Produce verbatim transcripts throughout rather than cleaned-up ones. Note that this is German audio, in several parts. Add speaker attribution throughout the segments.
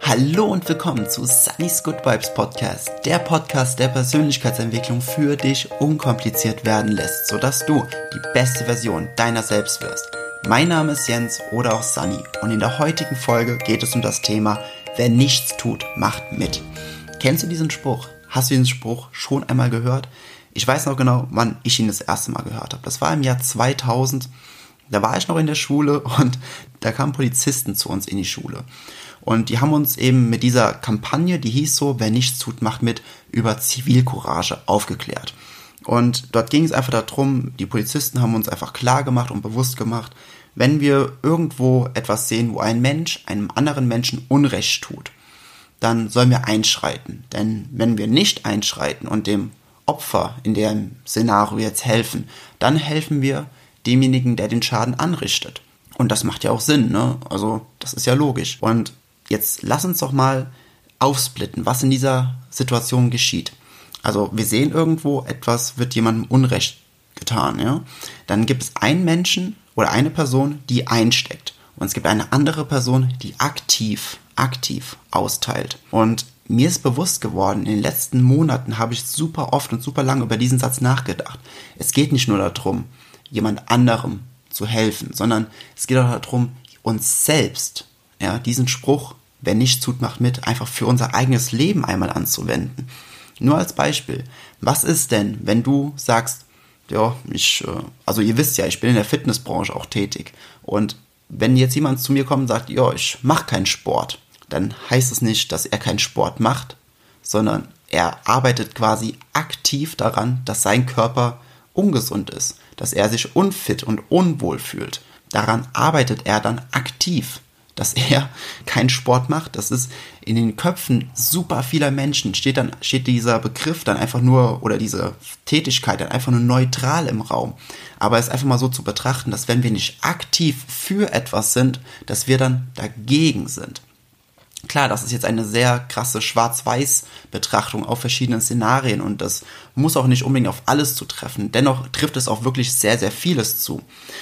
Speaker 1: Hallo und willkommen zu Sunny's Good Vibes Podcast, der Podcast, der Persönlichkeitsentwicklung für dich unkompliziert werden lässt, sodass du die beste Version deiner selbst wirst. Mein Name ist Jens oder auch Sunny und in der heutigen Folge geht es um das Thema, wer nichts tut, macht mit. Kennst du diesen Spruch? Hast du diesen Spruch schon einmal gehört? Ich weiß noch genau, wann ich ihn das erste Mal gehört habe. Das war im Jahr zweitausend. Da war ich noch in der Schule und da kamen Polizisten zu uns in die Schule. Und die haben uns eben mit dieser Kampagne, die hieß so, wer nichts tut, macht mit, über Zivilcourage aufgeklärt. Und dort ging es einfach darum, die Polizisten haben uns einfach klar gemacht und bewusst gemacht, wenn wir irgendwo etwas sehen, wo ein Mensch einem anderen Menschen Unrecht tut, dann sollen wir einschreiten. Denn wenn wir nicht einschreiten und dem Opfer in dem Szenario jetzt helfen, dann helfen wir demjenigen, der den Schaden anrichtet. Und das macht ja auch Sinn, ne? Also das ist ja logisch. Und jetzt lass uns doch mal aufsplitten, was in dieser Situation geschieht. Also wir sehen irgendwo, etwas wird jemandem Unrecht getan, ja? Dann gibt es einen Menschen oder eine Person, die einsteckt. Und es gibt eine andere Person, die aktiv, aktiv austeilt. Und mir ist bewusst geworden, in den letzten Monaten habe ich super oft und super lange über diesen Satz nachgedacht. Es geht nicht nur darum, jemand anderem zu helfen, sondern es geht auch darum, uns selbst, ja, diesen Spruch, wer nichts tut, macht mit, einfach für unser eigenes Leben einmal anzuwenden. Nur als Beispiel, was ist denn, wenn du sagst, ja, ich, also ihr wisst ja, ich bin in der Fitnessbranche auch tätig und wenn jetzt jemand zu mir kommt und sagt, ja, ich mache keinen Sport, dann heißt es nicht, dass er keinen Sport macht, sondern er arbeitet quasi aktiv daran, dass sein Körper ungesund ist, dass er sich unfit und unwohl fühlt. Daran arbeitet er dann aktiv, dass er keinen Sport macht. Das ist in den Köpfen super vieler Menschen, steht dann steht dieser Begriff dann einfach nur, oder diese Tätigkeit dann einfach nur neutral im Raum. Aber es ist einfach mal so zu betrachten, dass wenn wir nicht aktiv für etwas sind, dass wir dann dagegen sind. Klar, das ist jetzt eine sehr krasse Schwarz-Weiß-Betrachtung auf verschiedenen Szenarien und das muss auch nicht unbedingt auf alles zutreffen. Dennoch trifft es auch wirklich sehr, sehr vieles zu.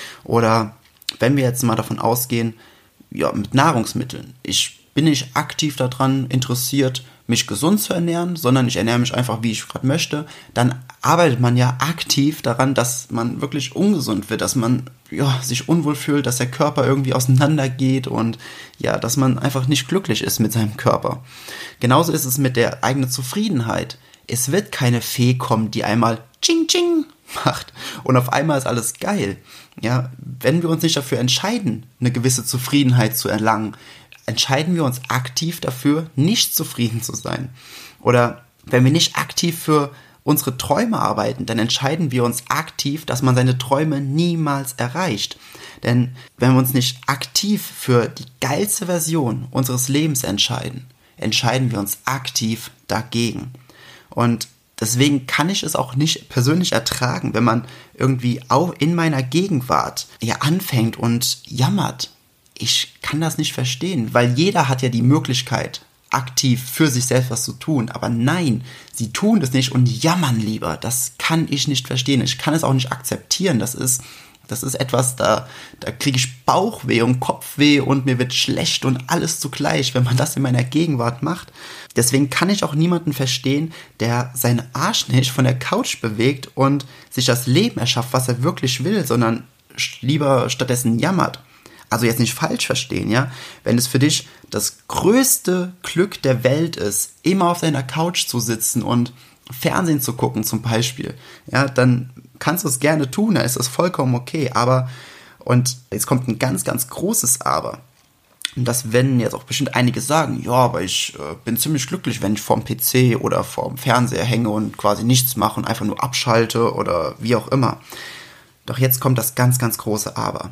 Speaker 1: Oder wenn wir jetzt mal davon ausgehen, ja, mit Nahrungsmitteln. Ich bin nicht aktiv daran interessiert, mich gesund zu ernähren, sondern ich ernähre mich einfach, wie ich gerade möchte. Dann arbeitet man ja aktiv daran, dass man wirklich ungesund wird, dass man ja, sich unwohl fühlt, dass der Körper irgendwie auseinandergeht und ja, dass man einfach nicht glücklich ist mit seinem Körper. Genauso ist es mit der eigenen Zufriedenheit. Es wird keine Fee kommen, die einmal Ching Ching macht und auf einmal ist alles geil. Ja, wenn wir uns nicht dafür entscheiden, eine gewisse Zufriedenheit zu erlangen, entscheiden wir uns aktiv dafür, nicht zufrieden zu sein. Oder wenn wir nicht aktiv für unsere Träume arbeiten, dann entscheiden wir uns aktiv, dass man seine Träume niemals erreicht. Denn wenn wir uns nicht aktiv für die geilste Version unseres Lebens entscheiden, entscheiden wir uns aktiv dagegen. Und deswegen kann ich es auch nicht persönlich ertragen, wenn man irgendwie auch in meiner Gegenwart ja anfängt und jammert. Ich kann das nicht verstehen, weil jeder hat ja die Möglichkeit, aktiv für sich selbst was zu tun. Aber nein, sie tun das nicht und jammern lieber. Das kann ich nicht verstehen. Ich kann es auch nicht akzeptieren. Das ist, das ist etwas, da, da kriege ich Bauchweh und Kopfweh und mir wird schlecht und alles zugleich, wenn man das in meiner Gegenwart macht. Deswegen kann ich auch niemanden verstehen, der seinen Arsch nicht von der Couch bewegt und sich das Leben erschafft, was er wirklich will, sondern lieber stattdessen jammert. Also jetzt nicht falsch verstehen, ja. Wenn es für dich das größte Glück der Welt ist, immer auf deiner Couch zu sitzen und Fernsehen zu gucken zum Beispiel, ja, dann kannst du es gerne tun, da ist das vollkommen okay. Aber, und jetzt kommt ein ganz, ganz großes Aber. Und das werden jetzt auch bestimmt einige sagen, ja, aber ich äh, bin ziemlich glücklich, wenn ich vorm P C oder vorm Fernseher hänge und quasi nichts mache und einfach nur abschalte oder wie auch immer. Doch jetzt kommt das ganz, ganz große Aber.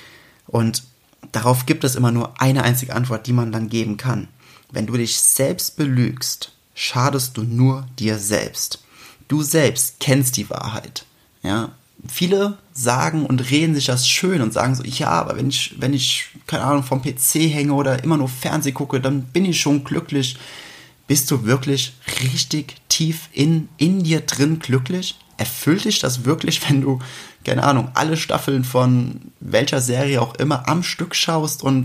Speaker 1: Und darauf gibt es immer nur eine einzige Antwort, die man dann geben kann. Wenn du dich selbst belügst, schadest du nur dir selbst. Du selbst kennst die Wahrheit. Ja? Viele sagen und reden sich das schön und sagen so, ja, aber wenn ich, wenn ich, keine Ahnung, vom P C hänge oder immer nur Fernsehen gucke, dann bin ich schon glücklich. Bist du wirklich richtig tief in, in dir drin glücklich? Erfüllt dich das wirklich, wenn du, keine Ahnung, alle Staffeln von welcher Serie auch immer am Stück schaust und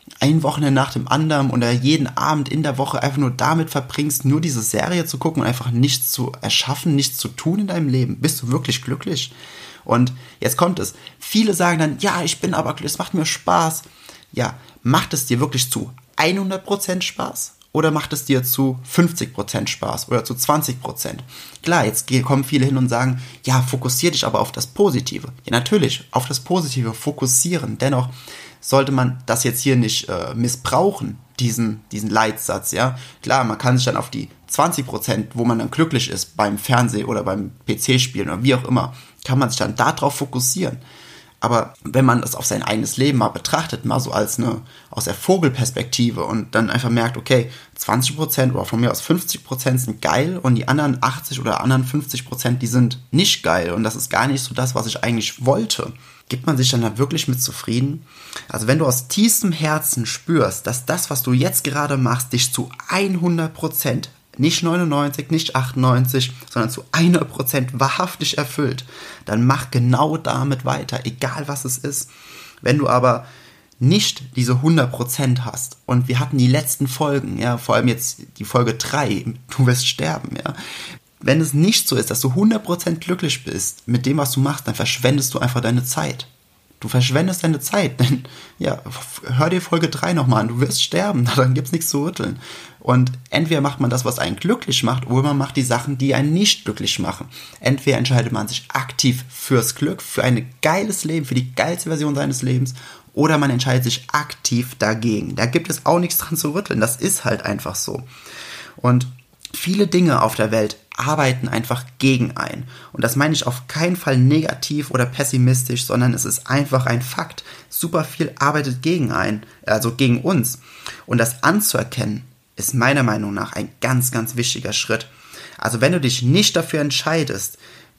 Speaker 1: ein Wochenende nach dem anderen oder jeden Abend in der Woche einfach nur damit verbringst, nur diese Serie zu gucken und einfach nichts zu erschaffen, nichts zu tun in deinem Leben? Bist du wirklich glücklich? Und jetzt kommt es. Viele sagen dann, ja, ich bin aber glücklich, es macht mir Spaß. Ja, macht es dir wirklich zu hundert Prozent Spaß? Oder macht es dir zu fünfzig Prozent Spaß oder zu zwanzig Prozent? Klar, jetzt kommen viele hin und sagen, ja, fokussier dich aber auf das Positive. Ja, natürlich, auf das Positive fokussieren. Dennoch sollte man das jetzt hier nicht äh, missbrauchen, diesen, diesen Leitsatz, ja. Klar, man kann sich dann auf die zwanzig Prozent, wo man dann glücklich ist, beim Fernseh- oder beim P C-Spielen oder wie auch immer, kann man sich dann darauf fokussieren. Aber wenn man das auf sein eigenes Leben mal betrachtet, mal so als eine, aus der Vogelperspektive und dann einfach merkt, okay, zwanzig Prozent oder von mir aus fünfzig Prozent sind geil und die anderen achtzig oder anderen fünfzig Prozent, die sind nicht geil und das ist gar nicht so das, was ich eigentlich wollte. Gibt man sich dann da wirklich mit zufrieden? Also wenn du aus tiefstem Herzen spürst, dass das, was du jetzt gerade machst, dich zu hundert Prozent, nicht neunundneunzig, nicht achtundneunzig, sondern zu hundert Prozent wahrhaftig erfüllt, dann mach genau damit weiter, egal was es ist. Wenn du aber nicht diese hundert Prozent hast, und wir hatten die letzten Folgen, ja, vor allem jetzt die Folge drei, du wirst sterben, ja. Wenn es nicht so ist, dass du hundert Prozent glücklich bist mit dem, was du machst, dann verschwendest du einfach deine Zeit. Du verschwendest deine Zeit, denn, ja, hör dir Folge drei nochmal an, du wirst sterben, dann gibt's nichts zu rütteln. Und entweder macht man das, was einen glücklich macht, oder man macht die Sachen, die einen nicht glücklich machen. Entweder entscheidet man sich aktiv fürs Glück, für ein geiles Leben, für die geilste Version seines Lebens, oder man entscheidet sich aktiv dagegen. Da gibt es auch nichts dran zu rütteln, das ist halt einfach so. Und viele Dinge auf der Welt arbeiten einfach gegen einen. Und das meine ich auf keinen Fall negativ oder pessimistisch, sondern es ist einfach ein Fakt. Super viel arbeitet gegen einen, also gegen uns. Und das anzuerkennen, ist meiner Meinung nach ein ganz, ganz wichtiger Schritt. Also wenn du dich nicht dafür entscheidest,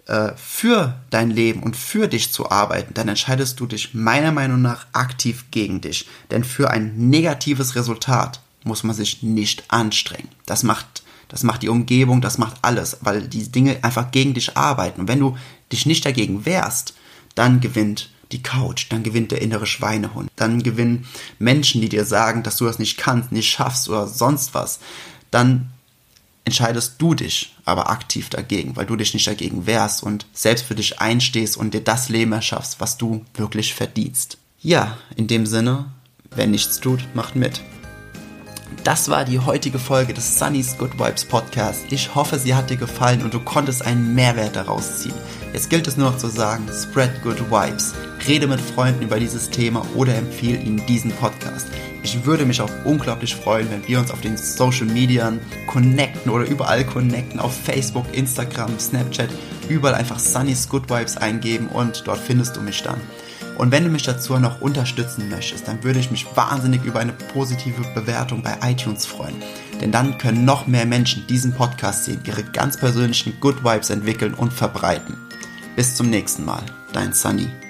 Speaker 1: für dein Leben und für dich zu arbeiten, dann entscheidest du dich meiner Meinung nach aktiv gegen dich. Denn für ein negatives Resultat muss man sich nicht anstrengen. Das macht Das macht die Umgebung, das macht alles, weil die Dinge einfach gegen dich arbeiten. Und wenn du dich nicht dagegen wehrst, dann gewinnt die Couch, dann gewinnt der innere Schweinehund, dann gewinnen Menschen, die dir sagen, dass du das nicht kannst, nicht schaffst oder sonst was. Dann entscheidest du dich aber aktiv dagegen, weil du dich nicht dagegen wehrst und selbst für dich einstehst und dir das Leben erschaffst, was du wirklich verdienst. Ja, in dem Sinne, wer nichts tut, macht mit. Das war die heutige Folge des Sunny's Good Vibes Podcast. Ich hoffe, sie hat dir gefallen und du konntest einen Mehrwert daraus ziehen. Jetzt gilt es nur noch zu sagen, spread good vibes. Rede mit Freunden über dieses Thema oder empfehle ihnen diesen Podcast. Ich würde mich auch unglaublich freuen, wenn wir uns auf den Social Medien connecten oder überall connecten. Auf Facebook, Instagram, Snapchat, überall einfach Sunny's Good Vibes eingeben und dort findest du mich dann. Und wenn du mich dazu noch unterstützen möchtest, dann würde ich mich wahnsinnig über eine positive Bewertung bei iTunes freuen. Denn dann können noch mehr Menschen diesen Podcast sehen, ihre ganz persönlichen Good Vibes entwickeln und verbreiten. Bis zum nächsten Mal, dein Sunny.